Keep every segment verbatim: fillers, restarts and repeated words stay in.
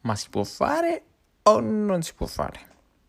ma si può fare o non si può fare?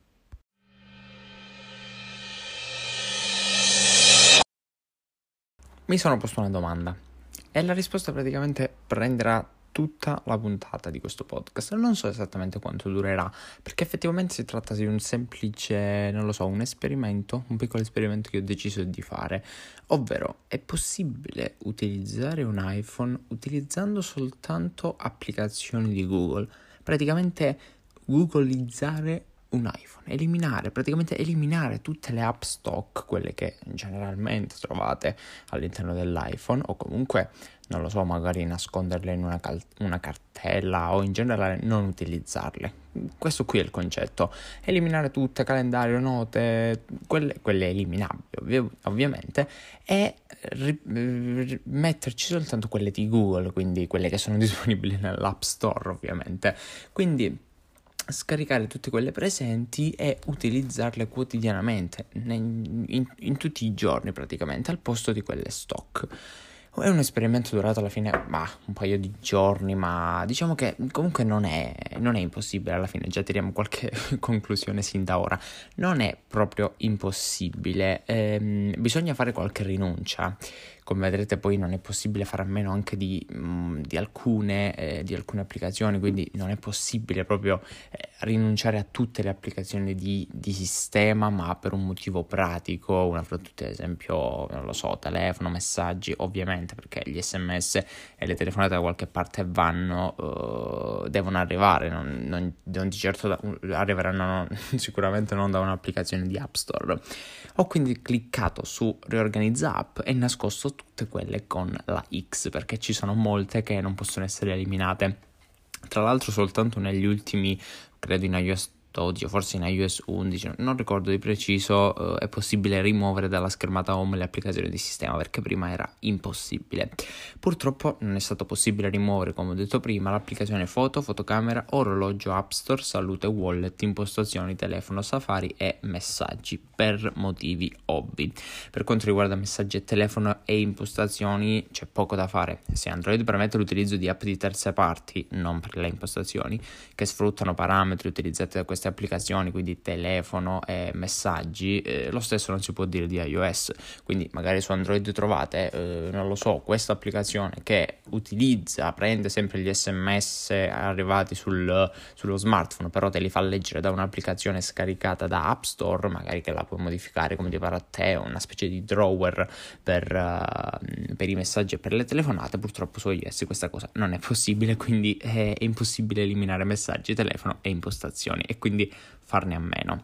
Mi sono posto una domanda e la risposta praticamente prenderà tutta la puntata di questo podcast. Non so esattamente quanto durerà, perché effettivamente si tratta di un semplice, non lo so, un esperimento, un piccolo esperimento che ho deciso di fare, ovvero è possibile utilizzare un iPhone utilizzando soltanto applicazioni di Google, praticamente googleizzare un iPhone, eliminare, praticamente eliminare tutte le app stock, quelle che generalmente trovate all'interno dell'iPhone, o comunque, non lo so, magari nasconderle in una, cal- una cartella o in generale non utilizzarle. Questo qui è il concetto: eliminare tutte, calendario, note, quelle, quelle eliminabili ovvi- ovviamente, e ri- ri- metterci soltanto quelle di Google, quindi quelle che sono disponibili nell'App Store ovviamente. Quindi scaricare tutte quelle presenti e utilizzarle quotidianamente, in, in, in tutti i giorni praticamente, al posto di quelle stock. È un esperimento durato alla fine bah, un paio di giorni, ma diciamo che comunque non è, non è impossibile. Alla fine già tiriamo qualche conclusione sin da ora. Non è proprio impossibile, ehm, bisogna fare qualche rinuncia. Come vedrete poi non è possibile fare a meno anche di, mh, di, alcune, eh, di alcune applicazioni, quindi non è possibile proprio eh, rinunciare a tutte le applicazioni di, di sistema, ma per un motivo pratico, una fra tutte ad esempio, non lo so, telefono, messaggi, ovviamente, perché gli sms e le telefonate da qualche parte vanno, uh, devono arrivare, non, non, non di certo da, arriveranno non, sicuramente non da un'applicazione di App Store. Ho quindi cliccato su riorganizza app e nascosto tutte quelle con la X, perché ci sono molte che non possono essere eliminate. Tra l'altro soltanto negli ultimi, credo in iOS dodici o forse in iOS undici, non ricordo di preciso, eh, è possibile rimuovere dalla schermata home le applicazioni di sistema, perché prima era impossibile. Purtroppo non è stato possibile rimuovere, come ho detto prima, l'applicazione foto, fotocamera, orologio, App Store, salute, wallet, impostazioni, telefono, Safari e messaggi, per motivi ovvi. Per quanto riguarda messaggi e telefono e impostazioni c'è poco da fare. Se Android permette l'utilizzo di app di terze parti, non per le impostazioni, che sfruttano parametri utilizzati da queste applicazioni, quindi telefono e messaggi, eh, lo stesso non si può dire di iOS. Quindi magari su Android trovate, eh, non lo so, questa applicazione che utilizza, prende sempre gli sms arrivati sul, sullo smartphone, però te li fa leggere da un'applicazione scaricata da App Store, magari che la puoi modificare come ti pare a te, una specie di drawer per, uh, per i messaggi e per le telefonate. Purtroppo su iOS questa cosa non è possibile, quindi è impossibile eliminare messaggi, telefono e impostazioni, e quindi farne a meno.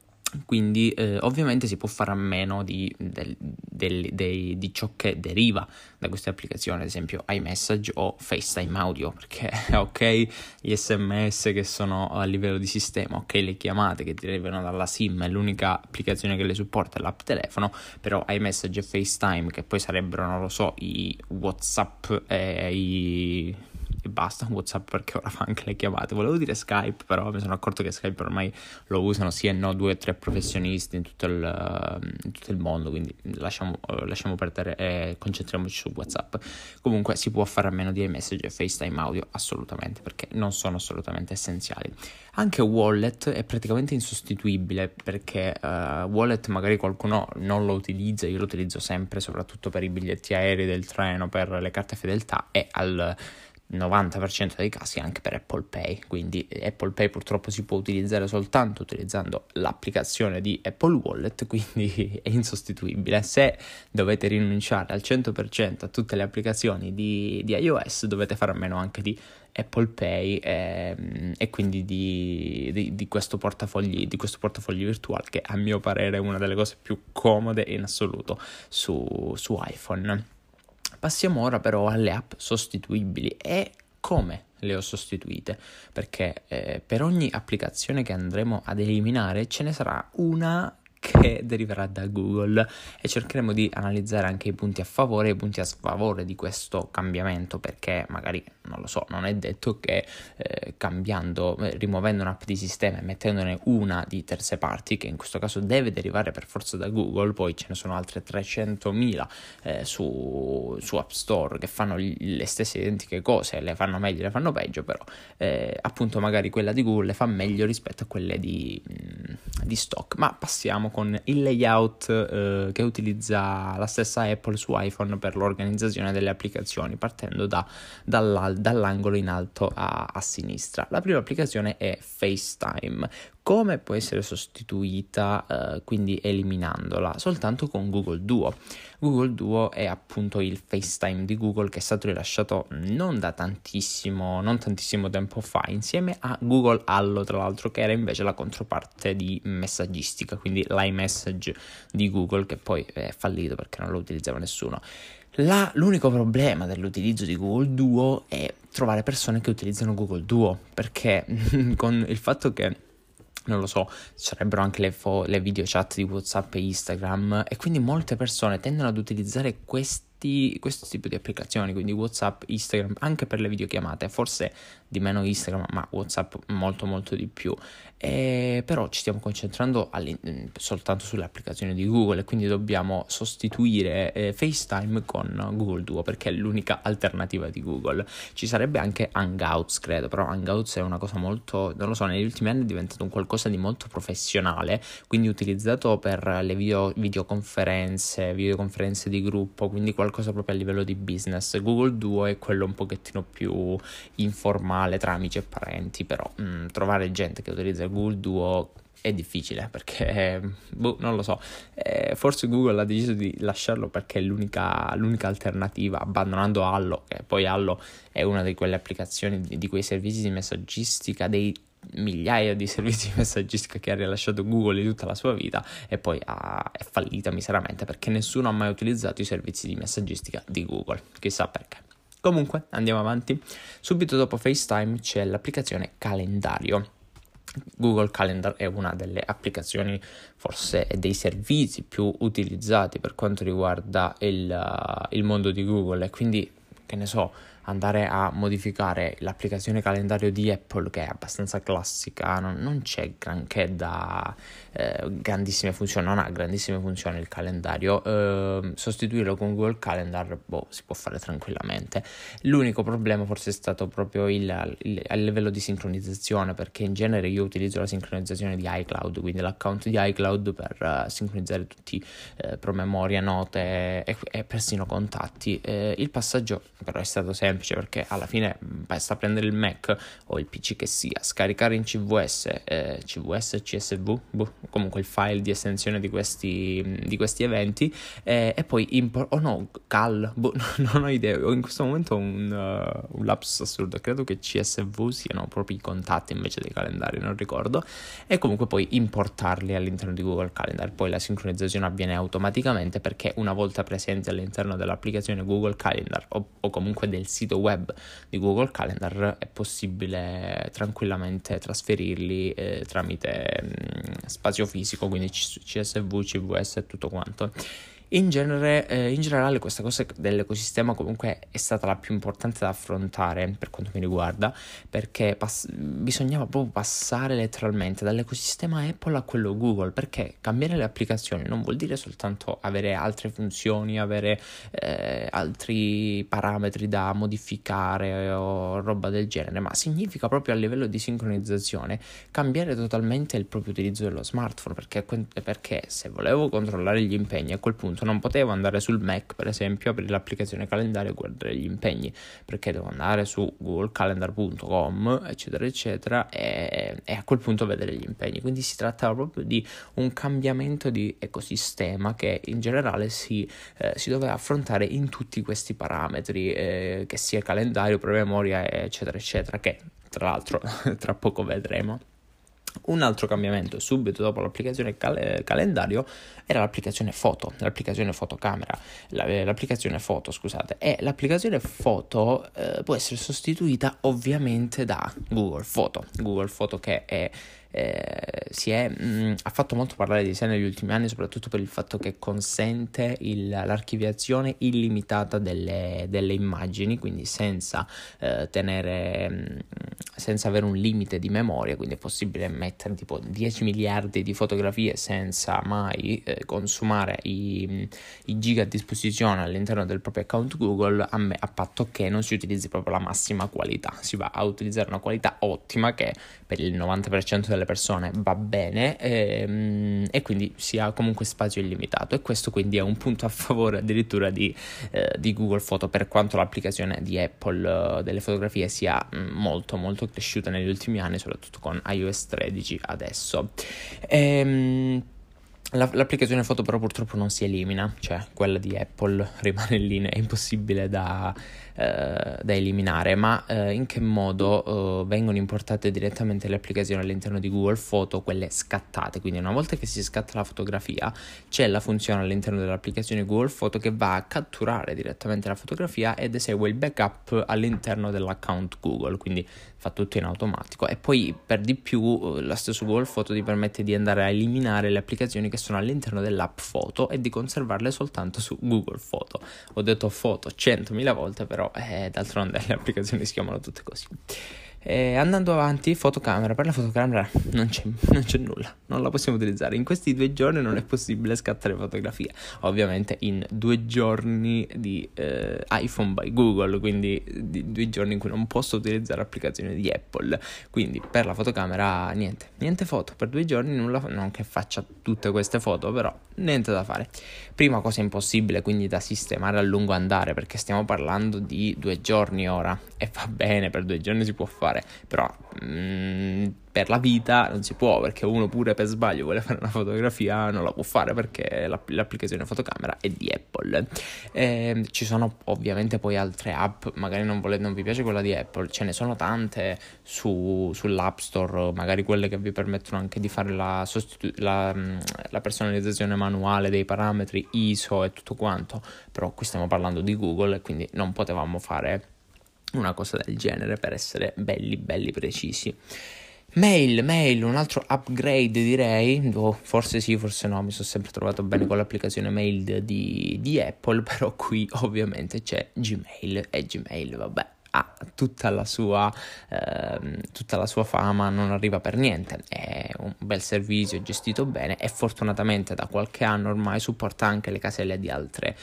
Quindi eh, ovviamente si può fare a meno di, del, del, dei, di ciò che deriva da queste applicazioni, ad esempio iMessage o FaceTime Audio, perché ok gli sms che sono a livello di sistema, ok le chiamate che derivano dalla SIM, è l'unica applicazione che le supporta è l'app telefono, però iMessage e FaceTime, che poi sarebbero, non lo so, i WhatsApp e i... e basta, WhatsApp perché ora fa anche le chiamate, volevo dire Skype, però mi sono accorto che Skype ormai lo usano sì e no due o tre professionisti in tutto il, in tutto il mondo, quindi lasciamo, lasciamo perdere e concentriamoci su WhatsApp. Comunque si può fare a meno di iMessage e FaceTime Audio, assolutamente, perché non sono assolutamente essenziali. Anche Wallet è praticamente insostituibile, perché uh, Wallet magari qualcuno non lo utilizza, io lo utilizzo sempre, soprattutto per i biglietti aerei del treno, per le carte fedeltà e al novanta per cento dei casi anche per Apple Pay. Quindi Apple Pay purtroppo si può utilizzare soltanto utilizzando l'applicazione di Apple Wallet, quindi è insostituibile. Se dovete rinunciare al cento per cento a tutte le applicazioni di, di iOS, dovete fare a meno anche di Apple Pay e, e quindi di, di, di questo portafogli di questo portafogli virtuale, che a mio parere è una delle cose più comode in assoluto su, su iPhone. Passiamo ora però alle app sostituibili e come le ho sostituite, perché eh, per ogni applicazione che andremo ad eliminare ce ne sarà una che deriverà da Google, e cercheremo di analizzare anche i punti a favore e i punti a sfavore di questo cambiamento, perché magari, non lo so, non è detto che eh, cambiando, eh, rimuovendo un'app di sistema e mettendone una di terze parti, che in questo caso deve derivare per forza da Google, poi ce ne sono altre trecentomila eh, su, su App Store che fanno gli, le stesse identiche cose, le fanno meglio, le fanno peggio, però eh, appunto magari quella di Google le fa meglio rispetto a quelle di, mh, di stock. Ma passiamo con il layout eh, che utilizza la stessa Apple su iPhone per l'organizzazione delle applicazioni, partendo da, dalla, dall'angolo in alto a, a sinistra. La prima applicazione è FaceTime. Come può essere sostituita, eh, quindi eliminandola? Soltanto con Google Duo. Google Duo è appunto il FaceTime di Google, che è stato rilasciato non da tantissimo, non tantissimo tempo fa, insieme a Google Allo, tra l'altro, che era invece la controparte di messaggistica, quindi l'iMessage di Google, che poi è fallito perché non lo utilizzava nessuno. La, l'unico problema dell'utilizzo di Google Duo è trovare persone che utilizzano Google Duo, perché con il fatto che, non lo so, sarebbero anche le, fo- le video chat di WhatsApp e Instagram, e quindi molte persone tendono ad utilizzare questi, questo tipo di applicazioni, quindi WhatsApp, Instagram, anche per le videochiamate, forse di meno Instagram, ma WhatsApp molto molto di più. E però ci stiamo concentrando soltanto sulle applicazioni di Google, e quindi dobbiamo sostituire eh, FaceTime con Google Duo, perché è l'unica alternativa di Google. Ci sarebbe anche Hangouts, credo, però Hangouts è una cosa molto, non lo so, negli ultimi anni è diventato un qualcosa di molto professionale, quindi utilizzato per le video, videoconferenze, videoconferenze di gruppo, quindi qualcosa proprio a livello di business. Google Duo è quello un pochettino più informale tra amici e parenti, però mh, trovare gente che utilizza Google Duo è difficile, perché boh, non lo so, eh, forse Google ha deciso di lasciarlo perché è l'unica, l'unica alternativa, abbandonando Allo, che poi Allo è una di quelle applicazioni, di, di quei servizi di messaggistica, dei migliaia di servizi di messaggistica che ha rilasciato Google di tutta la sua vita, e poi ha, è fallita miseramente perché nessuno ha mai utilizzato i servizi di messaggistica di Google, chissà perché. Comunque andiamo avanti. Subito dopo FaceTime c'è l'applicazione Calendario. Google Calendar è una delle applicazioni, forse dei servizi più utilizzati per quanto riguarda il, uh, il mondo di Google, e quindi, che ne so, andare a modificare l'applicazione calendario di Apple, che è abbastanza classica, non, non c'è granché da eh, grandissime funzioni, non ha grandissime funzioni il calendario, eh, sostituirlo con Google Calendar, boh, si può fare tranquillamente. L'unico problema forse è stato proprio il, il, il livello di sincronizzazione, perché in genere io utilizzo la sincronizzazione di iCloud, quindi l'account di iCloud per uh, sincronizzare tutti eh, promemoria, note e, e persino contatti. Eh, il passaggio però è stato semplice, perché alla fine basta prendere il Mac o il P C che sia, scaricare in C V S, eh, C V S, C S V, boh, comunque il file di estensione di questi, di questi eventi, eh, e poi import, o oh no, cal, boh, non ho idea, ho in questo momento un, uh, un lapsus assurdo, credo che C S V siano proprio i contatti invece dei calendari, non ricordo, e comunque poi importarli all'interno di Google Calendar. Poi la sincronizzazione avviene automaticamente, perché una volta presenti all'interno dell'applicazione Google Calendar o, o comunque del sito web di Google Calendar, è possibile tranquillamente trasferirli eh, tramite mh, spazio fisico, quindi C S V, C V S e tutto quanto. In genere, eh, in generale questa cosa dell'ecosistema comunque è stata la più importante da affrontare per quanto mi riguarda, perché pass- bisognava proprio passare letteralmente dall'ecosistema Apple a quello Google, perché cambiare le applicazioni non vuol dire soltanto avere altre funzioni, avere eh, altri parametri da modificare o roba del genere, ma significa proprio a livello di sincronizzazione cambiare totalmente il proprio utilizzo dello smartphone, perché, perché se volevo controllare gli impegni a quel punto non potevo andare sul Mac, per esempio, aprire l'applicazione calendario e guardare gli impegni, perché devo andare su google calendar punto com, eccetera eccetera, e, e a quel punto vedere gli impegni. Quindi si trattava proprio di un cambiamento di ecosistema che in generale si, eh, si doveva affrontare in tutti questi parametri, eh, che sia calendario, promemoria, eccetera eccetera, che tra l'altro tra poco vedremo. Un altro cambiamento subito dopo l'applicazione cal- calendario era l'applicazione foto, l'applicazione fotocamera, la, l'applicazione foto, scusate, e l'applicazione foto eh, può essere sostituita ovviamente da Google Foto, Google Foto che è eh, si è, mh, ha fatto molto parlare di sé negli ultimi anni, soprattutto per il fatto che consente il, l'archiviazione illimitata delle, delle immagini, quindi senza eh, tenere, mh, senza avere un limite di memoria, quindi è possibile mettere tipo dieci miliardi di fotografie senza mai eh, consumare i, i giga a disposizione all'interno del proprio account Google, a, me, a patto che non si utilizzi proprio la massima qualità. Si va a utilizzare una qualità ottima che per il novanta per cento delle persone va bene, e, e quindi si ha comunque spazio illimitato, e questo quindi è un punto a favore addirittura di, eh, di Google Photo, per quanto l'applicazione di Apple eh, delle fotografie sia mh, molto molto cresciuta negli ultimi anni, soprattutto con iOS tredici adesso. Ehm La, l'applicazione foto però purtroppo non si elimina, cioè quella di Apple rimane lì, è impossibile da, eh, da eliminare. Ma eh, in che modo eh, vengono importate direttamente le applicazioni all'interno di Google Foto, quelle scattate? Quindi una volta che si scatta la fotografia c'è la funzione all'interno dell'applicazione Google Foto che va a catturare direttamente la fotografia ed esegue il backup all'interno dell'account Google, quindi fa tutto in automatico. E poi per di più la stessa Google Foto ti permette di andare a eliminare le applicazioni che sono all'interno dell'app Foto e di conservarle soltanto su Google Foto. Ho detto foto centomila volte, però eh, d'altronde le applicazioni si chiamano tutte così. E andando avanti, fotocamera. Per la fotocamera non c'è, non c'è nulla, non la possiamo utilizzare. In questi due giorni non è possibile scattare fotografie, ovviamente in due giorni di eh, iPhone by Google, quindi di due giorni in cui non posso utilizzare applicazioni di Apple. Quindi per la fotocamera niente, niente foto per due giorni, nulla, non che faccia tutte queste foto, però niente da fare. Prima cosa impossibile quindi da sistemare a lungo andare, perché stiamo parlando di due giorni ora, e va bene, per due giorni si può fare, però mh, per la vita non si può, perché uno pure per sbaglio vuole fare una fotografia, non la può fare perché l'app- l'applicazione fotocamera è di Apple. E ci sono ovviamente poi altre app, magari non, volete, non vi piace quella di Apple, ce ne sono tante su, sull'App Store, magari quelle che vi permettono anche di fare la, sostitu- la, la personalizzazione manuale dei parametri I S O e tutto quanto, però qui stiamo parlando di Google e quindi non potevamo fare una cosa del genere, per essere belli belli precisi. Mail, mail, un altro upgrade direi, oh, forse sì, forse no, mi sono sempre trovato bene con l'applicazione mail di, di Apple, però qui ovviamente c'è Gmail, e Gmail, vabbè, ha tutta la sua ehm, tutta la sua fama, non arriva per niente, è un bel servizio gestito bene e fortunatamente da qualche anno ormai supporta anche le caselle di altre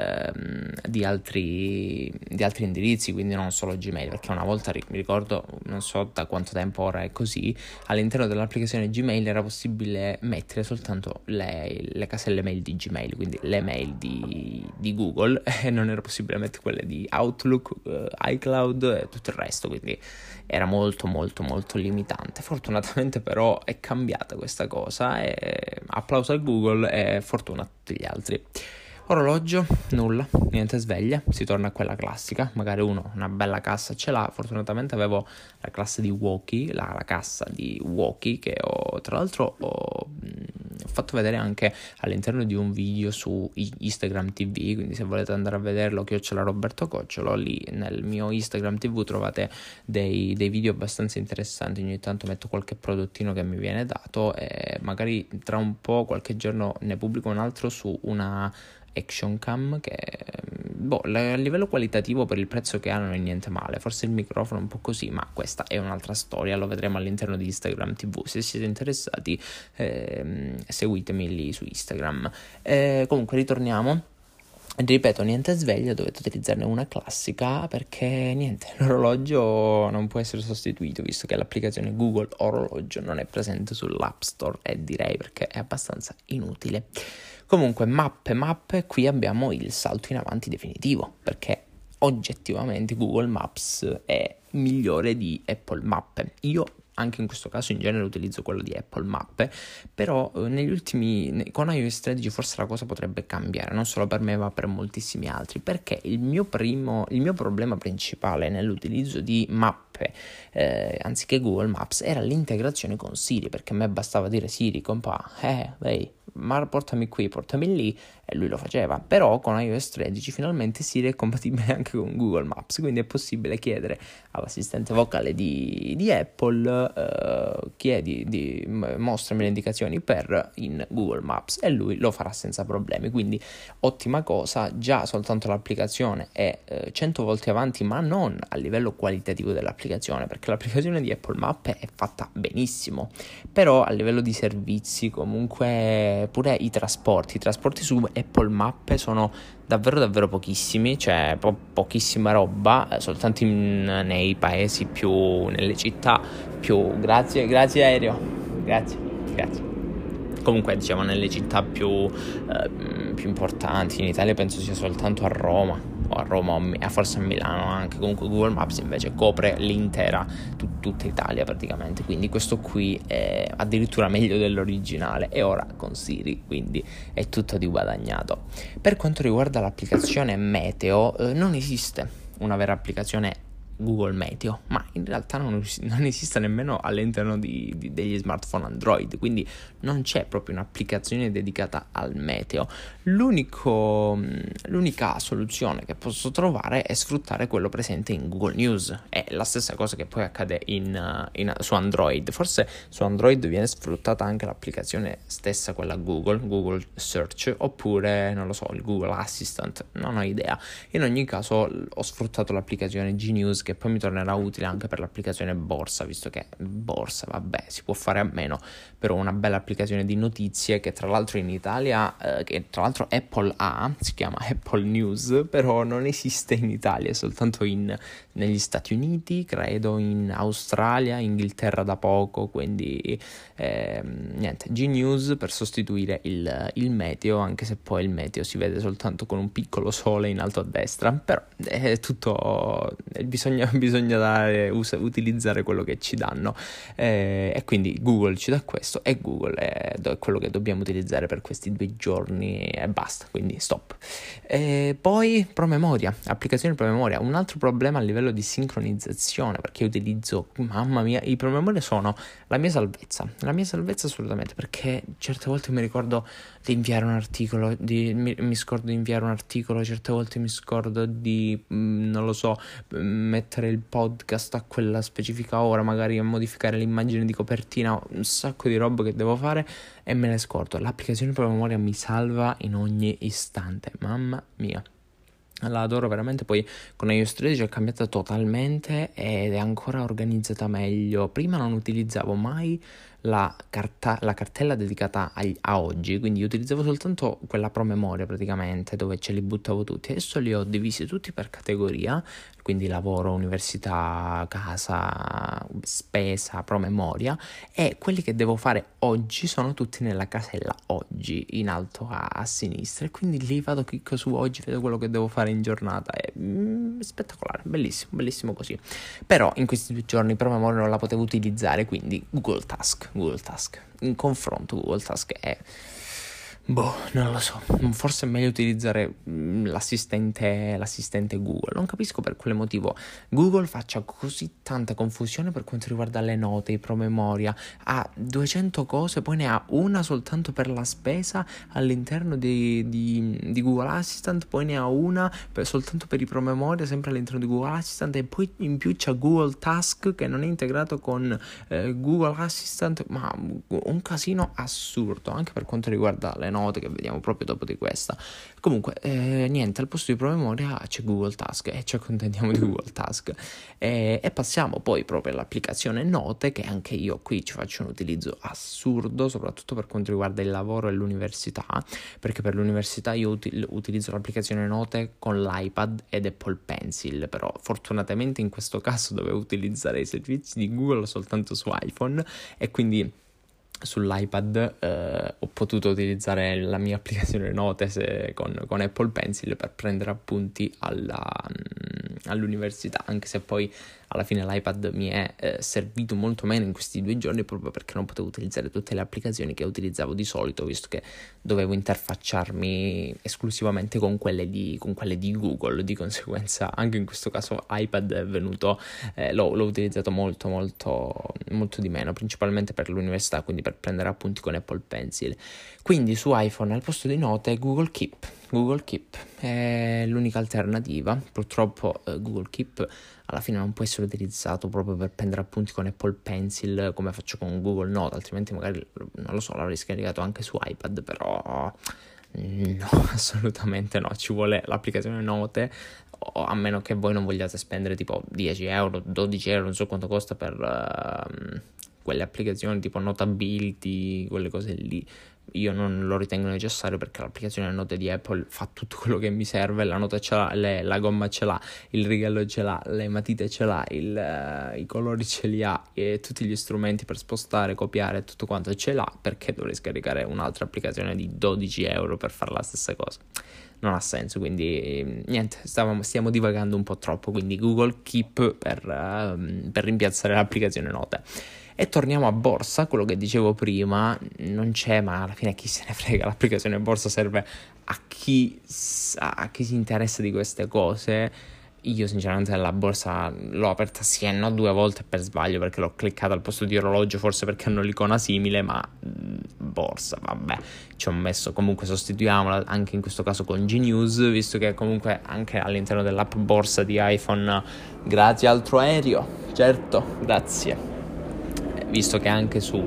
ehm, di altri di altri indirizzi, quindi non solo Gmail, perché una volta mi ricordo, non so da quanto tempo ora è così, all'interno dell'applicazione Gmail era possibile mettere soltanto le, le caselle mail di Gmail, quindi le mail di, di Google, e non era possibile mettere quelle di Outlook, uh, iCloud e tutto il resto, quindi era molto molto molto limitante. Fortunatamente però è cambiata questa cosa, e applauso a Google e fortuna a tutti gli altri. Orologio, nulla, niente sveglia, si torna a quella classica, magari uno una bella cassa ce l'ha. Fortunatamente avevo la classe di Walkie, la, la cassa di Walkie che ho, tra l'altro ho mh, fatto vedere anche all'interno di un video su Instagram T V, quindi se volete andare a vederlo, chiocciola Roberto Cocciolo, lì nel mio Instagram T V trovate dei, dei video abbastanza interessanti. Ogni tanto metto qualche prodottino che mi viene dato e magari tra un po', qualche giorno, ne pubblico un altro su una Action Cam che boh, a livello qualitativo per il prezzo che ha non è niente male, forse il microfono è un po' così, ma questa è un'altra storia, lo vedremo all'interno di Instagram T V. Se siete interessati ehm, seguitemi lì su Instagram. Eh, comunque ritorniamo. Ripeto, niente sveglia, dovete utilizzarne una classica, perché niente, l'orologio non può essere sostituito, visto che l'applicazione Google Orologio non è presente sull'App Store, e direi perché è abbastanza inutile. Comunque, mappe, mappe, qui abbiamo il salto in avanti definitivo, perché oggettivamente Google Maps è migliore di Apple Mappe. Io anche in questo caso in genere utilizzo quello di Apple Mappe, però eh, negli ultimi, con iOS tredici forse la cosa potrebbe cambiare, non solo per me ma per moltissimi altri, perché il mio primo, il mio problema principale nell'utilizzo di mappe eh, anziché Google Maps era l'integrazione con Siri, perché a me bastava dire: Siri, compà, eh, ehi, ma portami qui, portami lì, e lui lo faceva. Però con iOS tredici finalmente Siri è compatibile anche con Google Maps, quindi è possibile chiedere all'assistente vocale di, di Apple eh, chiedi di mostrami le indicazioni per in Google Maps, e lui lo farà senza problemi. Quindi ottima cosa, già soltanto l'applicazione è eh, cento volte avanti, ma non a livello qualitativo dell'applicazione, perché l'applicazione di Apple Maps è fatta benissimo, però a livello di servizi, comunque pure i trasporti i trasporti su Apple Maps sono davvero davvero pochissimi, cioè po- pochissima roba, eh, soltanto in, nei paesi più, nelle città più, grazie, grazie aereo, grazie, grazie. Comunque diciamo nelle città più, eh, più importanti. In Italia penso sia soltanto a Roma, o a Roma o a forse a Milano anche. Comunque Google Maps invece copre l'intera, tut- tutta Italia praticamente, quindi questo qui è addirittura meglio dell'originale, e ora con Siri quindi è tutto di guadagnato. Per quanto riguarda l'applicazione Meteo, eh, non esiste una vera applicazione Google Meteo, ma in realtà non, non esiste nemmeno all'interno di, di, degli smartphone Android, quindi non c'è proprio un'applicazione dedicata al meteo. L'unico, l'unica soluzione che posso trovare è sfruttare quello presente in Google News. È la stessa cosa che poi accade in, in, su Android. Forse su Android viene sfruttata anche l'applicazione stessa, quella Google, Google Search, oppure non lo so, il Google Assistant, non ho idea. In ogni caso ho sfruttato l'applicazione G News, che poi mi tornerà utile anche per l'applicazione Borsa, visto che Borsa, vabbè, si può fare a meno, però una bella applicazione di notizie che tra l'altro in Italia, eh, che tra l'altro Apple ha, si chiama Apple News, però non esiste in Italia, è soltanto in, negli Stati Uniti, credo, in Australia, Inghilterra da poco, quindi eh, niente, G News per sostituire il, il meteo, anche se poi il meteo si vede soltanto con un piccolo sole in alto a destra, però è tutto, bisogna bisogna dare, us- utilizzare quello che ci danno, eh, e quindi Google ci dà questo, e Google è, è quello che dobbiamo utilizzare per questi due giorni e basta, quindi stop. E poi promemoria, applicazione promemoria, un altro problema a livello di sincronizzazione, perché io utilizzo, mamma mia, i promemoria sono la mia salvezza, la mia salvezza assolutamente, perché certe volte mi ricordo di inviare un articolo, di, mi, mi scordo di inviare un articolo, certe volte mi scordo di, mh, non lo so, mettere il podcast a quella specifica ora, magari a modificare l'immagine di copertina, un sacco di roba che devo fare e me le scordo. L'applicazione promemoria mi salva in ogni istante, mamma mia. La adoro veramente. Poi con iOS tredici è cambiata totalmente ed è ancora organizzata meglio. Prima non utilizzavo mai la, carta, la cartella dedicata a, a oggi, quindi utilizzavo soltanto quella promemoria praticamente, dove ce li buttavo tutti. Adesso li ho divisi tutti per categoria, quindi lavoro, università, casa, spesa, promemoria, e quelli che devo fare oggi sono tutti nella casella oggi in alto a, a sinistra, e quindi lì vado, clicco su oggi, vedo quello che devo fare in giornata. È mm, spettacolare, bellissimo, bellissimo così. Però in questi due giorni promemoria non la potevo utilizzare, quindi Google Task, Google Task, in confronto Google Task è... Boh, non lo so, forse è meglio utilizzare l'assistente, l'assistente Google. Non capisco per quale motivo Google faccia così tanta confusione per quanto riguarda le note, i promemoria. Ha duecento cose, poi ne ha una soltanto per la spesa all'interno di, di, di Google Assistant, poi ne ha una per, soltanto per i promemoria, sempre all'interno di Google Assistant, e poi in più c'ha Google Task che non è integrato con eh, Google Assistant, ma un casino assurdo, anche per quanto riguarda le note, che vediamo proprio dopo di questa. Comunque eh, niente, al posto di promemoria c'è Google Task e ci accontentiamo di Google Task, e, e passiamo poi proprio all'applicazione Note, che anche io qui ci faccio un utilizzo assurdo, soprattutto per quanto riguarda il lavoro e l'università, perché per l'università io util- utilizzo l'applicazione Note con l'iPad ed Apple Pencil, però fortunatamente in questo caso dovevo utilizzare i servizi di Google soltanto su iPhone, e quindi sull'iPad eh, ho potuto utilizzare la mia applicazione Note se, con, con Apple Pencil per prendere appunti alla, all'università, anche se poi alla fine l'iPad mi è eh, servito molto meno in questi due giorni proprio perché non potevo utilizzare tutte le applicazioni che utilizzavo di solito, visto che dovevo interfacciarmi esclusivamente con quelle di, con quelle di Google. Di conseguenza anche in questo caso iPad è venuto, eh, l'ho, l'ho utilizzato molto molto molto di meno, principalmente per l'università, quindi per prendere appunti con Apple Pencil. Quindi su iPhone al posto di note Google Keep. Google Keep è l'unica alternativa. Purtroppo eh, Google Keep alla fine non può essere utilizzato proprio per prendere appunti con Apple Pencil come faccio con Google Note, altrimenti magari, non lo so, l'avrei scaricato anche su iPad, però no, assolutamente no, ci vuole l'applicazione Note, o a meno che voi non vogliate spendere tipo dieci euro, dodici euro, non so quanto costa per uh, quelle applicazioni tipo Notability, quelle cose lì. Io non lo ritengo necessario perché l'applicazione Note di Apple fa tutto quello che mi serve, la nota ce l'ha, le, la gomma ce l'ha, il righello ce l'ha, le matite ce l'ha, il, uh, i colori ce li ha e tutti gli strumenti per spostare, copiare, tutto quanto ce l'ha. Perché dovrei scaricare un'altra applicazione di dodici euro per fare la stessa cosa? Non ha senso, quindi niente, stavamo, stiamo divagando un po' troppo, quindi Google Keep per, uh, per rimpiazzare l'applicazione Note. E torniamo a Borsa, quello che dicevo prima, non c'è, ma alla fine chi se ne frega, l'applicazione Borsa serve a chi, a chi si interessa di queste cose. Io sinceramente la borsa l'ho aperta sì e no due volte per sbaglio, perché l'ho cliccata al posto di orologio, forse perché hanno l'icona simile, ma mh, borsa, vabbè, ci ho messo, comunque sostituiamola anche in questo caso con Genius, visto che comunque anche all'interno dell'app borsa di iPhone, grazie altro aereo, certo, grazie. Visto che anche su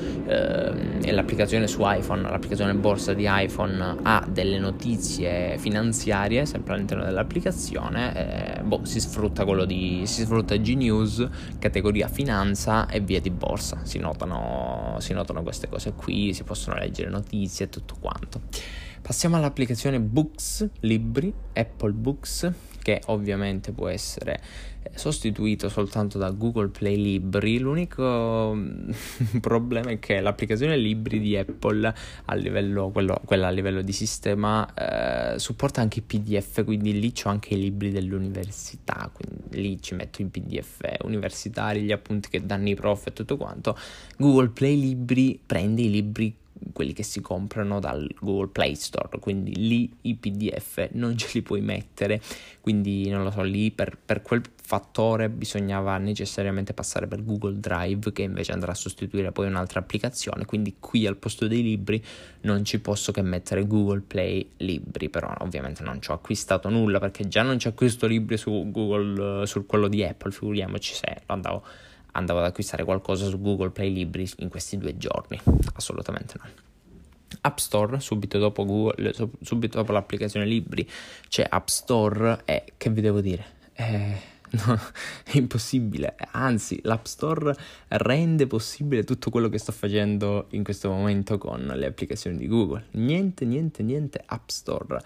eh, l'applicazione su iPhone, l'applicazione borsa di iPhone ha delle notizie finanziarie sempre all'interno dell'applicazione, eh, boh, si sfrutta quello di si sfrutta Gnews, categoria finanza e via di borsa. Si notano, si notano queste cose qui, si possono leggere notizie e tutto quanto. Passiamo all'applicazione Books, libri, Apple Books, che ovviamente può essere sostituito soltanto da Google Play Libri. L'unico problema è che l'applicazione Libri di Apple a livello, quello, quella a livello di sistema, eh, supporta anche i P D F, quindi lì c'ho anche i libri dell'università, quindi lì ci metto i P D F universitari, gli appunti che danno i prof e tutto quanto. Google Play Libri prende i libri, quelli che si comprano dal Google Play Store, quindi lì i P D F non ce li puoi mettere, quindi non lo so, lì per, per quel fattore bisognava necessariamente passare per Google Drive, che invece andrà a sostituire poi un'altra applicazione, quindi qui al posto dei libri non ci posso che mettere Google Play Libri, però ovviamente non ci ho acquistato nulla, perché già non ci acquisto libri su Google, su quello di Apple, figuriamoci se lo andavo andavo ad acquistare qualcosa su Google Play Libri in questi due giorni, assolutamente no. App Store, subito dopo Google, subito dopo l'applicazione Libri c'è App Store e che vi devo dire? Eh... No, è impossibile, anzi l'App Store rende possibile tutto quello che sto facendo in questo momento con le applicazioni di Google. Niente, niente, niente App Store.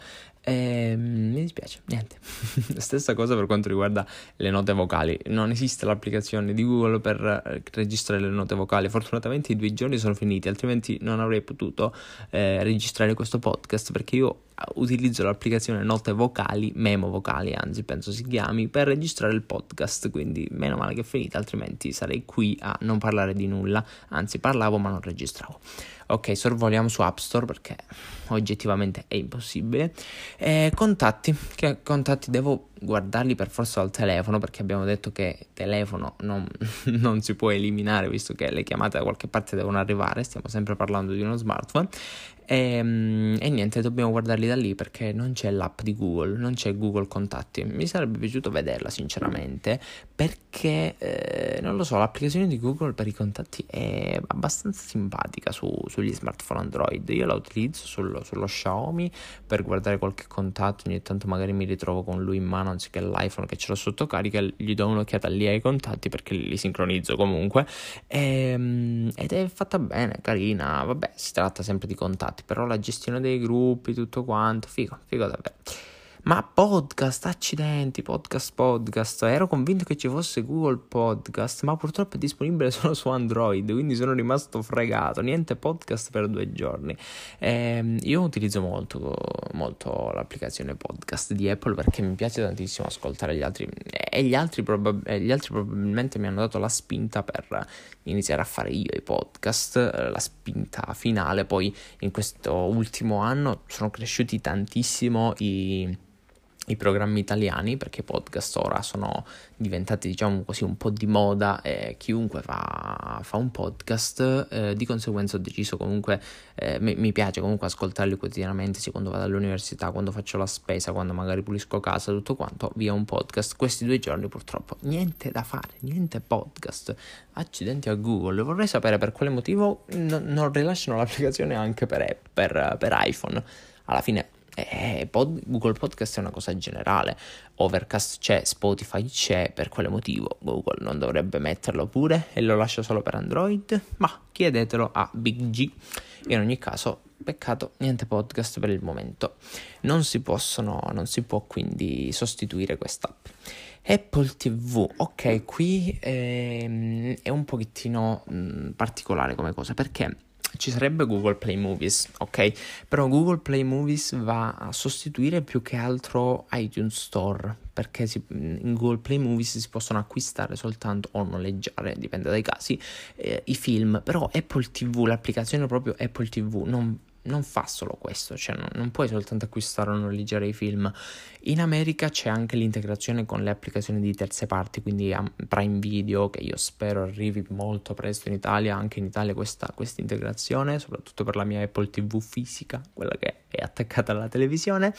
E, mi dispiace, niente. Stessa cosa per quanto riguarda le note vocali. Non esiste l'applicazione di Google per registrare le note vocali. Fortunatamente i due giorni sono finiti, altrimenti non avrei potuto eh, registrare questo podcast, perché io utilizzo l'applicazione note vocali, memo vocali anzi penso si chiami, per registrare il podcast, quindi meno male che è finita, altrimenti sarei qui a non parlare di nulla, anzi parlavo ma non registravo. Ok, sorvoliamo su App Store perché oggettivamente è impossibile. Eh, contatti, che contatti devo guardarli per forza al telefono, perché abbiamo detto che telefono non, non si può eliminare, visto che le chiamate da qualche parte devono arrivare, stiamo sempre parlando di uno smartphone. E, e niente, dobbiamo guardarli da lì perché non c'è l'app di Google, non c'è Google Contatti. Mi sarebbe piaciuto vederla sinceramente, perché eh, non lo so, l'applicazione di Google per i contatti è abbastanza simpatica su, sugli smartphone Android. Io la utilizzo sul, sullo Xiaomi per guardare qualche contatto, ogni tanto magari mi ritrovo con lui in mano anziché l'iPhone che ce l'ho sotto carica, gli do un'occhiata lì ai contatti perché li sincronizzo comunque, e, ed è fatta bene, carina, vabbè, si tratta sempre di contatti, però la gestione dei gruppi, tutto quanto, figo, figo davvero. Ma podcast, accidenti, podcast, podcast. Ero convinto che ci fosse Google Podcast, ma purtroppo è disponibile solo su Android, quindi sono rimasto fregato. Niente podcast per due giorni. Ehm, io utilizzo molto, molto l'applicazione podcast di Apple perché mi piace tantissimo ascoltare gli altri. E gli altri, probab- e gli altri probabilmente mi hanno dato la spinta per iniziare a fare io i podcast, la spinta finale. Poi in questo ultimo anno sono cresciuti tantissimo i i programmi italiani, perché i podcast ora sono diventati, diciamo così, un po' di moda e chiunque fa, fa un podcast, eh, di conseguenza ho deciso comunque, eh, mi, mi piace comunque ascoltarli quotidianamente, sì, quando vado all'università, quando faccio la spesa, quando magari pulisco casa, tutto quanto, via un podcast. Questi due giorni purtroppo niente da fare, niente podcast, accidenti a Google. Vorrei sapere per quale motivo n- non rilasciano l'applicazione anche per, per, per iPhone. Alla fine Eh, pod- Google Podcast è una cosa generale, Overcast c'è, Spotify c'è, per quale motivo Google non dovrebbe metterlo pure e lo lascia solo per Android? Ma chiedetelo a Big G. In ogni caso, peccato, niente podcast per il momento. Non si possono, non si può quindi sostituire quest'app. Apple ti vu, ok, qui ehm, è un pochettino mh, particolare come cosa, perché ci sarebbe Google Play Movies, ok? Però Google Play Movies va a sostituire più che altro iTunes Store, perché si, in Google Play Movies si possono acquistare soltanto o noleggiare, dipende dai casi, eh, i film. Però Apple ti vu, l'applicazione proprio Apple ti vu, non non fa solo questo, cioè non, non puoi soltanto acquistare o noleggiare i film. In America c'è anche l'integrazione con le applicazioni di terze parti, quindi Prime Video, che io spero arrivi molto presto in Italia. Anche in Italia questa, questa integrazione, soprattutto per la mia Apple ti vu fisica, quella che è attaccata alla televisione.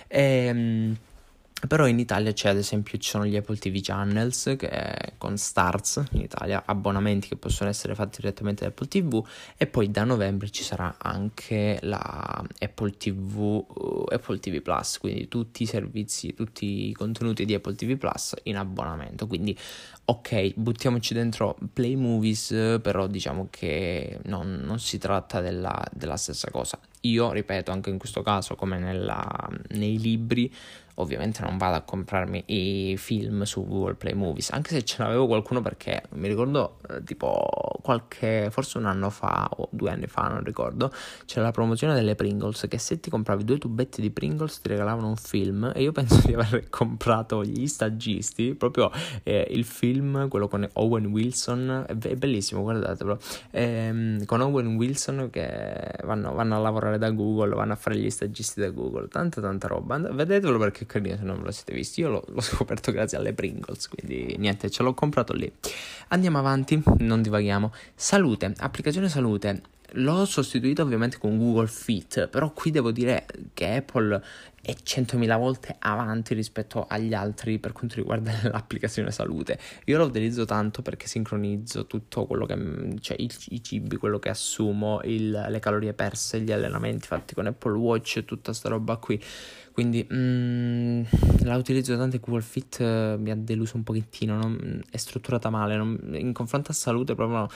E, però in Italia c'è, ad esempio, ci sono gli Apple ti vu Channels, che è con Stars in Italia, abbonamenti che possono essere fatti direttamente da Apple ti vu, e poi da novembre ci sarà anche la Apple ti vu, uh, Apple ti vu Plus, quindi tutti i servizi, tutti i contenuti di Apple ti vu Plus in abbonamento. Quindi ok, buttiamoci dentro Play Movies, però diciamo che non, non si tratta della, della stessa cosa. Io ripeto, anche in questo caso, come nella, nei libri, ovviamente non vado a comprarmi i film su Google Play Movies, anche se ce n'avevo qualcuno, perché mi ricordo eh, tipo qualche, forse un anno fa o due anni fa, non ricordo, c'era la promozione delle Pringles, che se ti compravi due tubetti di Pringles ti regalavano un film, e io penso di aver comprato gli stagisti, proprio eh, il film, quello con Owen Wilson, è, be- è bellissimo, guardatelo, ehm, con Owen Wilson che vanno, vanno a lavorare da Google, vanno a fare gli stagisti da Google, tanta tanta roba. And- vedetelo perché carino, se non ve lo siete visti. Io l'ho, l'ho scoperto grazie alle Pringles, quindi niente, ce l'ho comprato lì. Andiamo avanti, non divaghiamo. Salute, applicazione salute. L'ho sostituito ovviamente con Google Fit, però qui devo dire che Apple è centomila volte avanti rispetto agli altri per quanto riguarda l'applicazione salute. Io la utilizzo tanto perché sincronizzo tutto quello che, cioè i, i cibi, quello che assumo, il, le calorie perse, gli allenamenti fatti con Apple Watch e tutta sta roba qui. Quindi mm, la utilizzo tanto e Google Fit eh, mi ha deluso un pochettino, non, è strutturata male, non, in confronto a salute proprio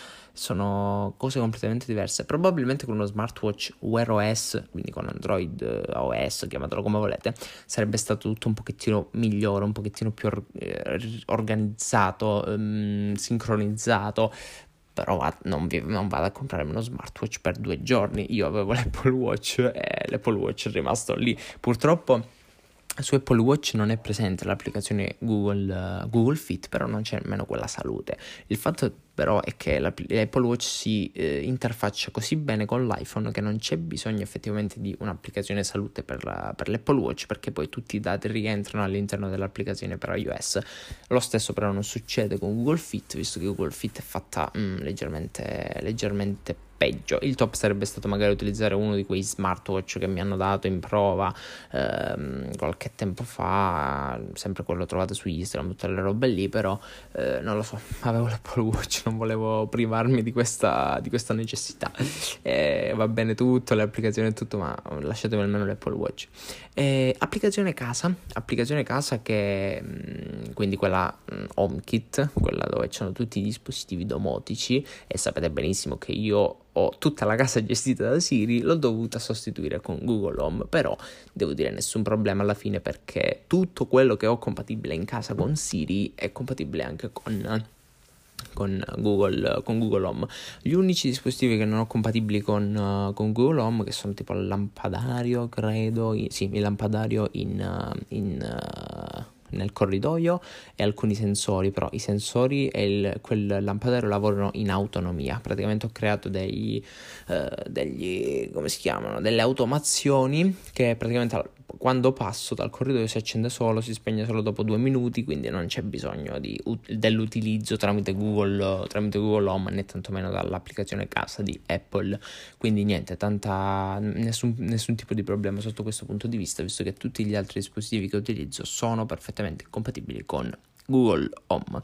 sono cose completamente diverse. Probabilmente con uno smartwatch Wear O S, quindi con Android eh, O S, chiamatelo come volete, sarebbe stato tutto un pochettino migliore, un pochettino più or- eh, organizzato, ehm, sincronizzato. Però va, non, vi, non vado a comprarmi uno smartwatch per due giorni. Io avevo l'Apple Watch e l'Apple Watch è rimasto lì. Purtroppo su Apple Watch non è presente l'applicazione Google, uh, Google Fit, però non c'è nemmeno quella salute. Il fatto però è che l'Apple Watch si eh, interfaccia così bene con l'iPhone che non c'è bisogno effettivamente di un'applicazione salute per, la, per l'Apple Watch, perché poi tutti i dati rientrano all'interno dell'applicazione per iOS. Lo stesso però non succede con Google Fit, visto che Google Fit è fatta mm, leggermente, leggermente peggio. Il top sarebbe stato magari utilizzare uno di quei smartwatch che mi hanno dato in prova ehm, qualche tempo fa, sempre quello trovato su Instagram, tutte le robe lì, però eh, non lo so, avevo l'Apple Watch, non volevo privarmi di questa, di questa necessità. Eh, va bene tutto, le applicazioni e tutto, ma lasciatemi almeno l'Apple Watch. Eh, applicazione casa, applicazione casa che mh, quindi quella mh, HomeKit, quella dove c'erano tutti i dispositivi domotici, e sapete benissimo che io ho tutta la casa gestita da Siri, l'ho dovuta sostituire con Google Home, però devo dire nessun problema alla fine, perché tutto quello che ho compatibile in casa con Siri è compatibile anche con Con Google, con Google Home. Gli unici dispositivi che non ho compatibili con, uh, con Google Home, che sono tipo il lampadario, credo, i, sì, il lampadario in, uh, in uh, nel corridoio e alcuni sensori, però i sensori e il, quel lampadario lavorano in autonomia. Praticamente ho creato degli, uh, degli come si chiamano, delle automazioni che praticamente quando passo dal corridoio si accende solo, si spegne solo dopo due minuti, quindi non c'è bisogno di, dell'utilizzo tramite Google, tramite Google Home, né tantomeno dall'applicazione casa di Apple. Quindi niente, tanta, nessun, nessun tipo di problema sotto questo punto di vista, visto che tutti gli altri dispositivi che utilizzo sono perfettamente compatibili con Google Home.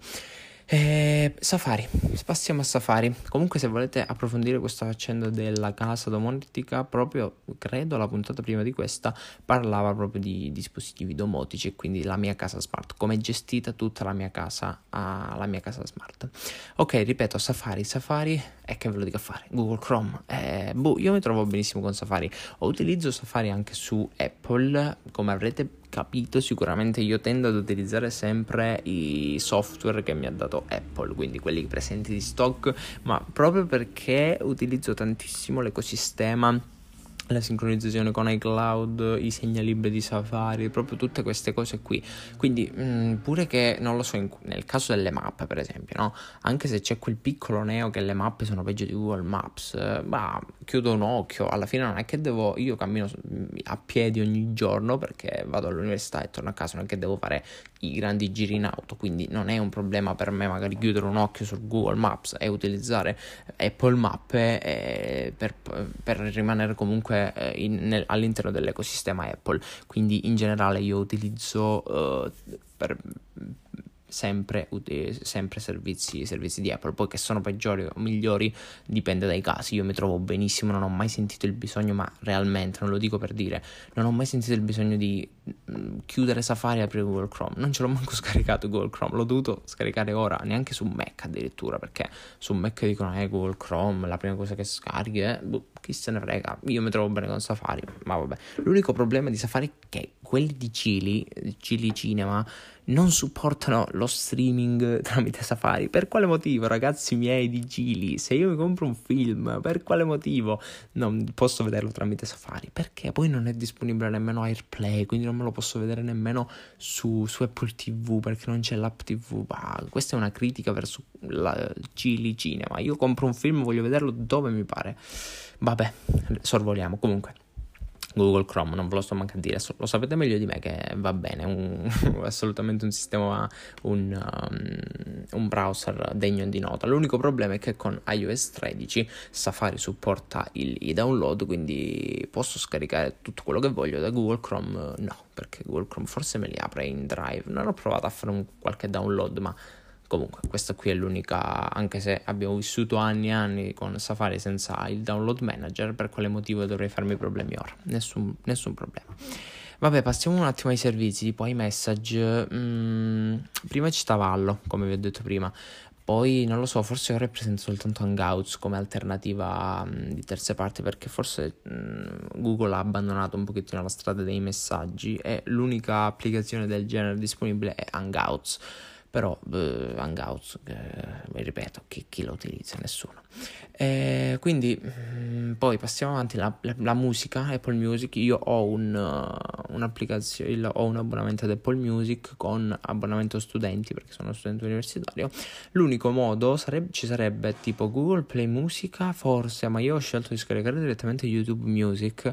Eh, Safari, passiamo a Safari. Comunque, se volete approfondire questa faccenda della casa domotica, proprio credo la puntata prima di questa parlava proprio di dispositivi domotici e quindi la mia casa smart, come è gestita tutta la mia casa, ah, la mia casa smart. Ok, ripeto, Safari, Safari, e che ve lo dico a fare? Google Chrome, eh, boh, io mi trovo benissimo con Safari, utilizzo Safari anche su Apple, come avrete capito sicuramente io tendo ad utilizzare sempre i software che mi ha dato Apple, quindi quelli presenti di stock, ma proprio perché utilizzo tantissimo l'ecosistema, la sincronizzazione con iCloud, i segnalibri di Safari, proprio tutte queste cose qui. Quindi mh, pure che, non lo so, in, nel caso delle mappe per esempio, no? Anche se c'è quel piccolo neo che le mappe sono peggio di Google Maps, eh, ma chiudo un occhio, alla fine non è che devo, io cammino a piedi ogni giorno perché vado all'università e torno a casa, non è che devo fare i grandi giri in auto, quindi non è un problema per me magari chiudere un occhio su Google Maps e utilizzare Apple Mappe eh, per, per rimanere comunque In, nel, all'interno dell'ecosistema Apple. Quindi in generale io utilizzo uh, per sempre, sempre servizi, servizi di Apple. Poi che sono peggiori o migliori dipende dai casi. Io mi trovo benissimo, non ho mai sentito il bisogno, ma realmente non lo dico per dire, non ho mai sentito il bisogno di mh, chiudere Safari e aprire Google Chrome. Non ce l'ho manco scaricato Google Chrome, l'ho dovuto scaricare ora, neanche su Mac addirittura, perché su Mac dicono eh Google Chrome la prima cosa che scarichi è boh, chi se ne frega. Io mi trovo bene con Safari, ma vabbè. L'unico problema di Safari è che quelli di Cili, Cili Cinema, non supportano lo streaming tramite Safari. Per quale motivo, ragazzi miei di Gili? Se io mi compro un film, per quale motivo non posso vederlo tramite Safari? Perché poi non è disponibile nemmeno AirPlay, quindi non me lo posso vedere nemmeno su, su Apple ti vu, perché non c'è l'app ti vu. Ah, questa è una critica verso la Gili Cinema. Io compro un film, voglio vederlo dove mi pare. Vabbè, sorvoliamo. Comunque Google Chrome, non ve lo sto manco a dire, lo sapete meglio di me che va bene, un, assolutamente un sistema, un, um, un browser degno di nota. L'unico problema è che con iOS tredici Safari supporta il, i download, quindi posso scaricare tutto quello che voglio. Da Google Chrome no, perché Google Chrome forse me li apre in Drive. Non ho provato a fare un qualche download, ma comunque questa qui è l'unica, anche se abbiamo vissuto anni e anni con Safari senza il download manager, per quale motivo dovrei farmi problemi ora? Nessun, nessun problema. Vabbè, passiamo un attimo ai servizi, tipo ai message. Mm, prima ci stava Allo, come vi ho detto prima. Poi non lo so, forse ora è presente soltanto Hangouts come alternativa mh, di terze parti, perché forse mh, Google ha abbandonato un pochettino la strada dei messaggi e l'unica applicazione del genere disponibile è Hangouts. Però eh, Hangouts, eh, ripeto, chi, chi lo utilizza? Nessuno. Eh, quindi mh, poi passiamo avanti. La, la, la musica, Apple Music. Io ho un, uh, un'applicazione, ho un abbonamento ad Apple Music con abbonamento studenti, perché sono studente universitario. L'unico modo sarebbe, ci sarebbe tipo Google Play Musica, forse, ma io ho scelto di scaricare direttamente YouTube Music,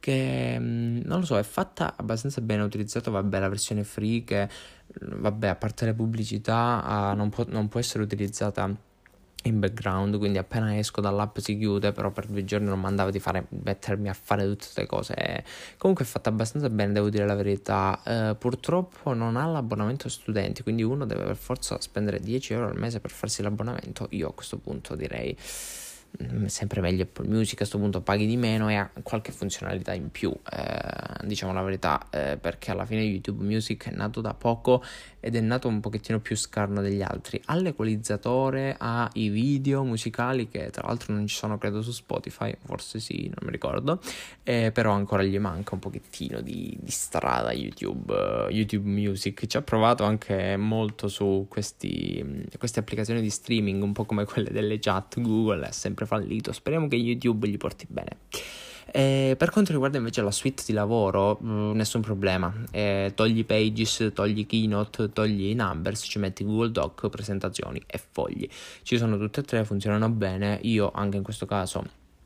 che mh, non lo so, è fatta abbastanza bene, ho utilizzato vabbè la versione free che vabbè, a parte le pubblicità, uh, non, può, non può essere utilizzata in background, quindi appena esco dall'app si chiude, però per due giorni non mandava di fare, mettermi a fare tutte queste cose. Comunque è fatta abbastanza bene, devo dire la verità. Uh, purtroppo non ha l'abbonamento studenti, quindi uno deve per forza spendere dieci euro al mese per farsi l'abbonamento. Io a questo punto direi sempre meglio Apple Music, a questo punto paghi di meno e ha qualche funzionalità in più, eh, diciamo la verità, eh, perché alla fine YouTube Music è nato da poco ed è nato un pochettino più scarno degli altri, ha l'equalizzatore, ha i video musicali che tra l'altro non ci sono credo su Spotify, forse sì, non mi ricordo, eh, però ancora gli manca un pochettino di, di strada YouTube, uh, YouTube Music. Ci ha provato anche molto su questi, queste applicazioni di streaming, un po' come quelle delle chat. Google è sempre fallito, speriamo che YouTube gli porti bene. E per quanto riguarda invece la suite di lavoro, mh, nessun problema, eh, togli Pages, togli Keynote, togli Numbers, ci metti Google Doc, presentazioni e fogli, ci sono tutte e tre, funzionano bene. Io anche in questo caso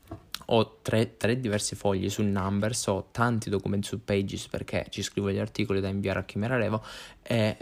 ho tre, tre diversi fogli su Numbers, ho tanti documenti su Pages perché ci scrivo gli articoli da inviare a chi me la levo, e,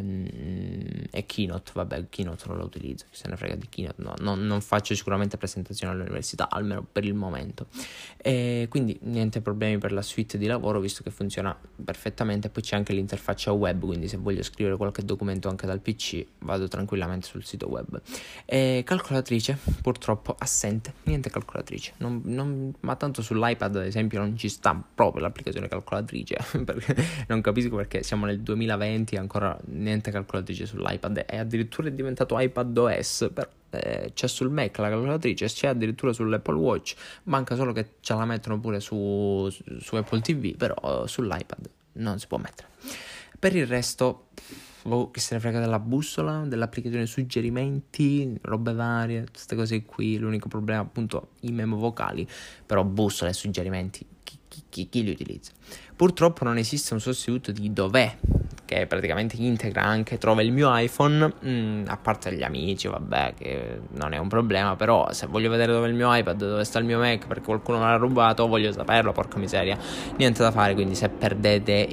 ehm, e Keynote, vabbè Keynote non lo utilizzo, chi se ne frega di Keynote, no, non, non faccio sicuramente presentazioni all'università, almeno per il momento, e quindi niente problemi per la suite di lavoro visto che funziona perfettamente. Poi c'è anche l'interfaccia web, quindi se voglio scrivere qualche documento anche dal P C vado tranquillamente sul sito web. E calcolatrice purtroppo assente, niente calcolatrice, non Non, ma tanto sull'iPad ad esempio non ci sta proprio l'applicazione calcolatrice perché non capisco perché siamo nel duemilaventi e ancora niente calcolatrice sull'iPad, e addirittura è diventato iPadOS, però eh, c'è sul Mac la calcolatrice, c'è addirittura sull'Apple Watch, manca solo che ce la mettono pure su, su Apple T V, però sull'iPad non si può mettere. Per il resto oh, che se ne frega della bussola, dell'applicazione suggerimenti, robe varie, queste cose qui. L'unico problema appunto i memo vocali, però bussola e suggerimenti chi, chi, chi, chi li utilizza? Purtroppo non esiste un sostituto di Dov'è, che praticamente integra anche trova il mio iPhone, mh, a parte gli amici, vabbè, che non è un problema, però se voglio vedere dove è il mio iPad, dove sta il mio Mac perché qualcuno me l'ha rubato, voglio saperlo, porca miseria, niente da fare. Quindi se perdete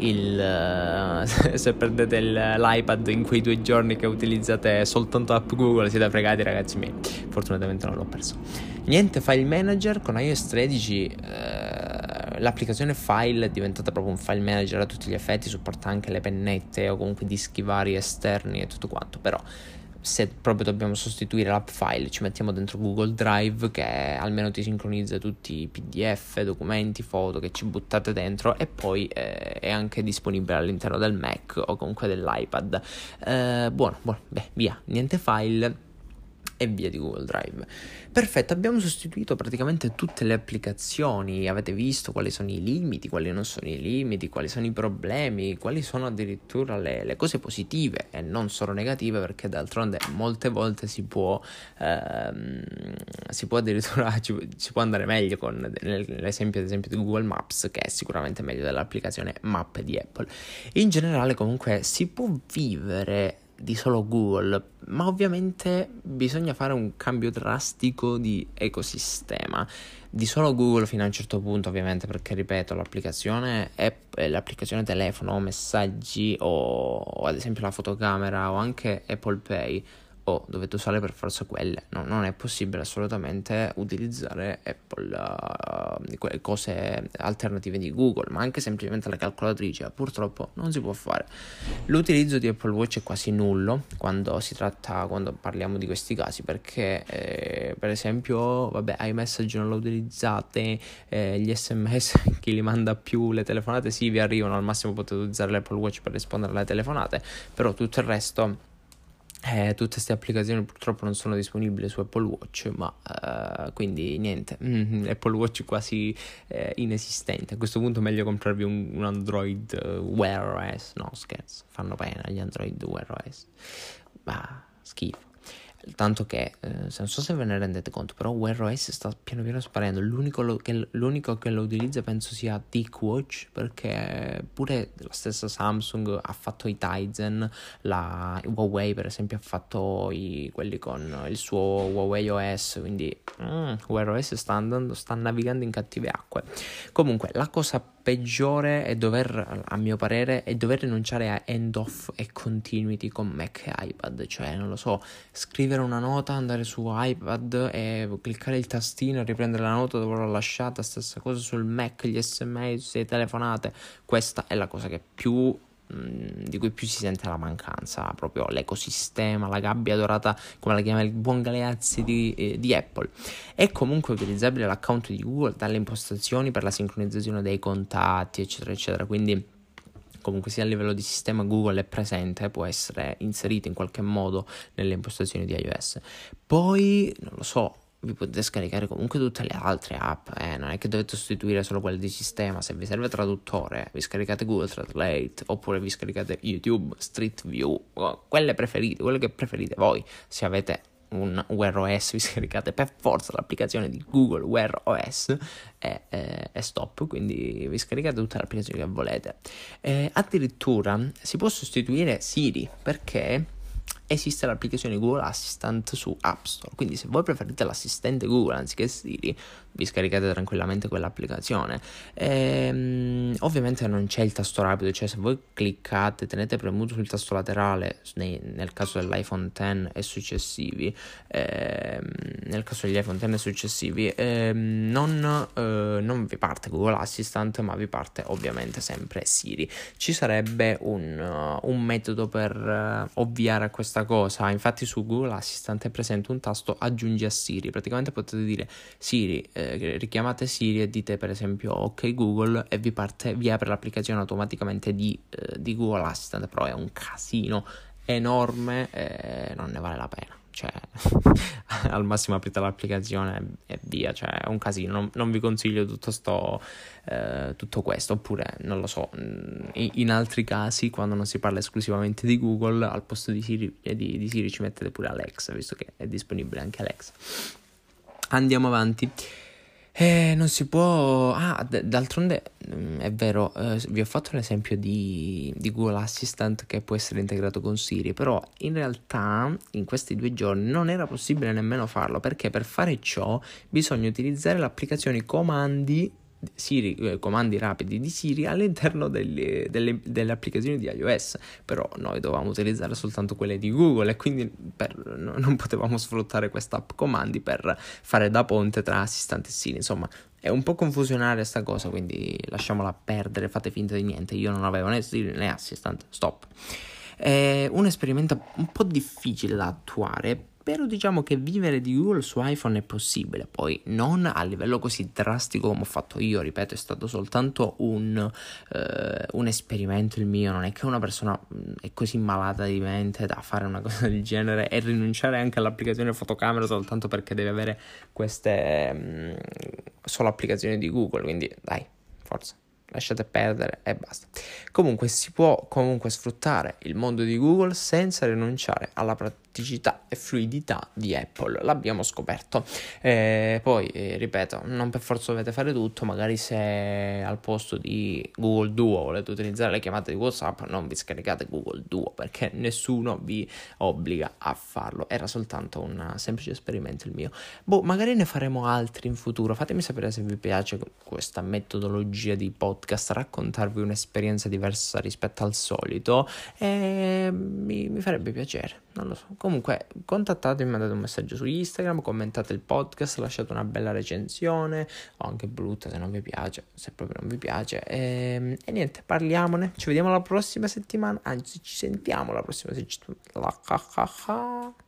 il se perdete il, l'iPad in quei due giorni che utilizzate soltanto app Google, siete fregati ragazzi miei, fortunatamente non l'ho perso. Niente file manager con iOS tredici, eh, l'applicazione file è diventata proprio un file manager a tutti gli effetti, supporta anche le pennette o comunque dischi vari esterni e tutto quanto, però se proprio dobbiamo sostituire l'app file ci mettiamo dentro Google Drive, che almeno ti sincronizza tutti i P D F, documenti, foto che ci buttate dentro, e poi eh, è anche disponibile all'interno del Mac o comunque dell'iPad. Eh, buono, buono, beh, via, niente file e via di Google Drive. Perfetto, abbiamo sostituito praticamente tutte le applicazioni. Avete visto quali sono i limiti, quali non sono i limiti, quali sono i problemi, quali sono addirittura le, le cose positive e non solo negative, perché d'altronde molte volte si può ehm, si può addirittura ci, si può andare meglio con l'esempio ad esempio di Google Maps, che è sicuramente meglio dell'applicazione Map di Apple. In generale comunque si può vivere di solo Google, ma ovviamente bisogna fare un cambio drastico di ecosistema. Di solo Google fino a un certo punto, ovviamente, perché ripeto, l'applicazione app, l'applicazione telefono, messaggi o, o ad esempio la fotocamera o anche Apple Pay, o oh, dovete usare per forza quelle. No, non è possibile assolutamente utilizzare Apple, uh, cose alternative di Google, ma anche semplicemente la calcolatrice purtroppo non si può fare. L'utilizzo di Apple Watch è quasi nullo quando si tratta, quando parliamo di questi casi, perché eh, per esempio vabbè, iMessage non lo utilizzate, eh, gli sms chi li manda più, le telefonate sì vi arrivano, al massimo potete utilizzare l'Apple Watch per rispondere alle telefonate, però tutto il resto Eh, tutte queste applicazioni purtroppo non sono disponibili su Apple Watch, ma uh, quindi niente, mm, Apple Watch quasi eh, inesistente. A questo punto è meglio comprarvi un, un Android uh, Wear O S. No, scherzo, fanno pena gli Android Wear O S, ma schifo. Tanto che, eh, non so se ve ne rendete conto, però Wear O S sta piano piano sparendo. L'unico, lo, che, l'unico che lo utilizza penso sia TicWatch, perché pure la stessa Samsung ha fatto i Tizen, la Huawei per esempio ha fatto i, quelli con il suo Huawei O S, quindi mm, Wear O S sta andando, sta navigando in cattive acque. Comunque la cosa peggiore è dover, a mio parere, è dover rinunciare a end-off e continuity con Mac e iPad. Cioè, non lo so, scrivere una nota, andare su iPad e cliccare il tastino e riprendere la nota dove l'ho lasciata. Stessa cosa sul Mac, gli sms, le telefonate. Questa è la cosa che più mh, di cui più si sente la mancanza, proprio l'ecosistema, la gabbia dorata, come la chiama il buon Galeazzi di, eh, di Apple. È comunque utilizzabile l'account di Google dalle impostazioni per la sincronizzazione dei contatti, eccetera, eccetera, quindi comunque sia a livello di sistema Google è presente, può essere inserito in qualche modo nelle impostazioni di iOS. Poi, non lo so, vi potete scaricare comunque tutte le altre app, eh? Non è che dovete sostituire solo quelle di sistema. Se vi serve traduttore, vi scaricate Google Translate, oppure vi scaricate YouTube, Street View, quelle preferite, quelle che preferite voi. Se avete un Wear O S vi scaricate per forza l'applicazione di Google Wear O S e, e, e stop, quindi vi scaricate tutte le applicazioni che volete. E addirittura si può sostituire Siri, perché esiste l'applicazione Google Assistant su App Store, quindi se voi preferite l'assistente Google anziché Siri, vi scaricate tranquillamente quell'applicazione. Ehm, ovviamente non c'è il tasto rapido, cioè se voi cliccate, tenete premuto sul tasto laterale nei, nel caso dell'iPhone X e successivi, ehm, nel caso degli iPhone X e successivi, ehm, non, eh, non vi parte Google Assistant, ma vi parte ovviamente sempre Siri. Ci sarebbe un, uh, un metodo per uh, ovviare a questa cosa. Infatti su Google Assistant è presente un tasto aggiungi a Siri, praticamente potete dire Siri, eh, richiamate Siri e dite per esempio ok Google e vi parte, vi apre l'applicazione automaticamente di, eh, di Google Assistant, però è un casino enorme e non ne vale la pena, cioè al massimo aprite l'applicazione e via, cioè è un casino, non, non vi consiglio tutto sto eh, tutto questo. Oppure non lo so, in, in altri casi, quando non si parla esclusivamente di Google, al posto di Siri, eh, di, di Siri ci mettete pure Alexa, visto che è disponibile anche Alexa. Andiamo avanti. Eh, non si può. Ah, d- d'altronde mh, è vero, eh, vi ho fatto l'esempio di, di Google Assistant che può essere integrato con Siri, però in realtà in questi due giorni non era possibile nemmeno farlo, perché per fare ciò bisogna utilizzare l'applicazione comandi Siri, eh, comandi rapidi di Siri all'interno delle, delle, delle applicazioni di iOS, però noi dovevamo utilizzare soltanto quelle di Google e quindi per, no, non potevamo sfruttare questa app comandi per fare da ponte tra Assistant e Siri. Insomma, è un po' confusionaria sta cosa, quindi lasciamola perdere, fate finta di niente. Io non avevo né Siri né Assistant, stop. È un esperimento un po' difficile da attuare, però diciamo che vivere di Google su iPhone è possibile, poi non a livello così drastico come ho fatto io, ripeto, è stato soltanto un, eh, un esperimento il mio, non è che una persona è così malata di mente da fare una cosa del genere e rinunciare anche all'applicazione fotocamera soltanto perché deve avere queste mh, solo applicazioni di Google, quindi dai, forza. Lasciate perdere e basta. Comunque si può comunque sfruttare il mondo di Google senza rinunciare alla praticità e fluidità di Apple, l'abbiamo scoperto. E poi eh, ripeto, non per forza dovete fare tutto, magari se al posto di Google Duo volete utilizzare le chiamate di WhatsApp, non vi scaricate Google Duo, perché nessuno vi obbliga a farlo, era soltanto un semplice esperimento il mio. Boh, magari ne faremo altri in futuro, fatemi sapere se vi piace questa metodologia di podcast, raccontarvi un'esperienza diversa rispetto al solito, e mi, mi farebbe piacere, non lo so. Comunque contattatemi, mandate un messaggio su Instagram, commentate il podcast, lasciate una bella recensione o anche brutta se non vi piace, se proprio non vi piace, e, e niente, parliamone, ci vediamo la prossima settimana, anzi ci sentiamo la prossima settimana.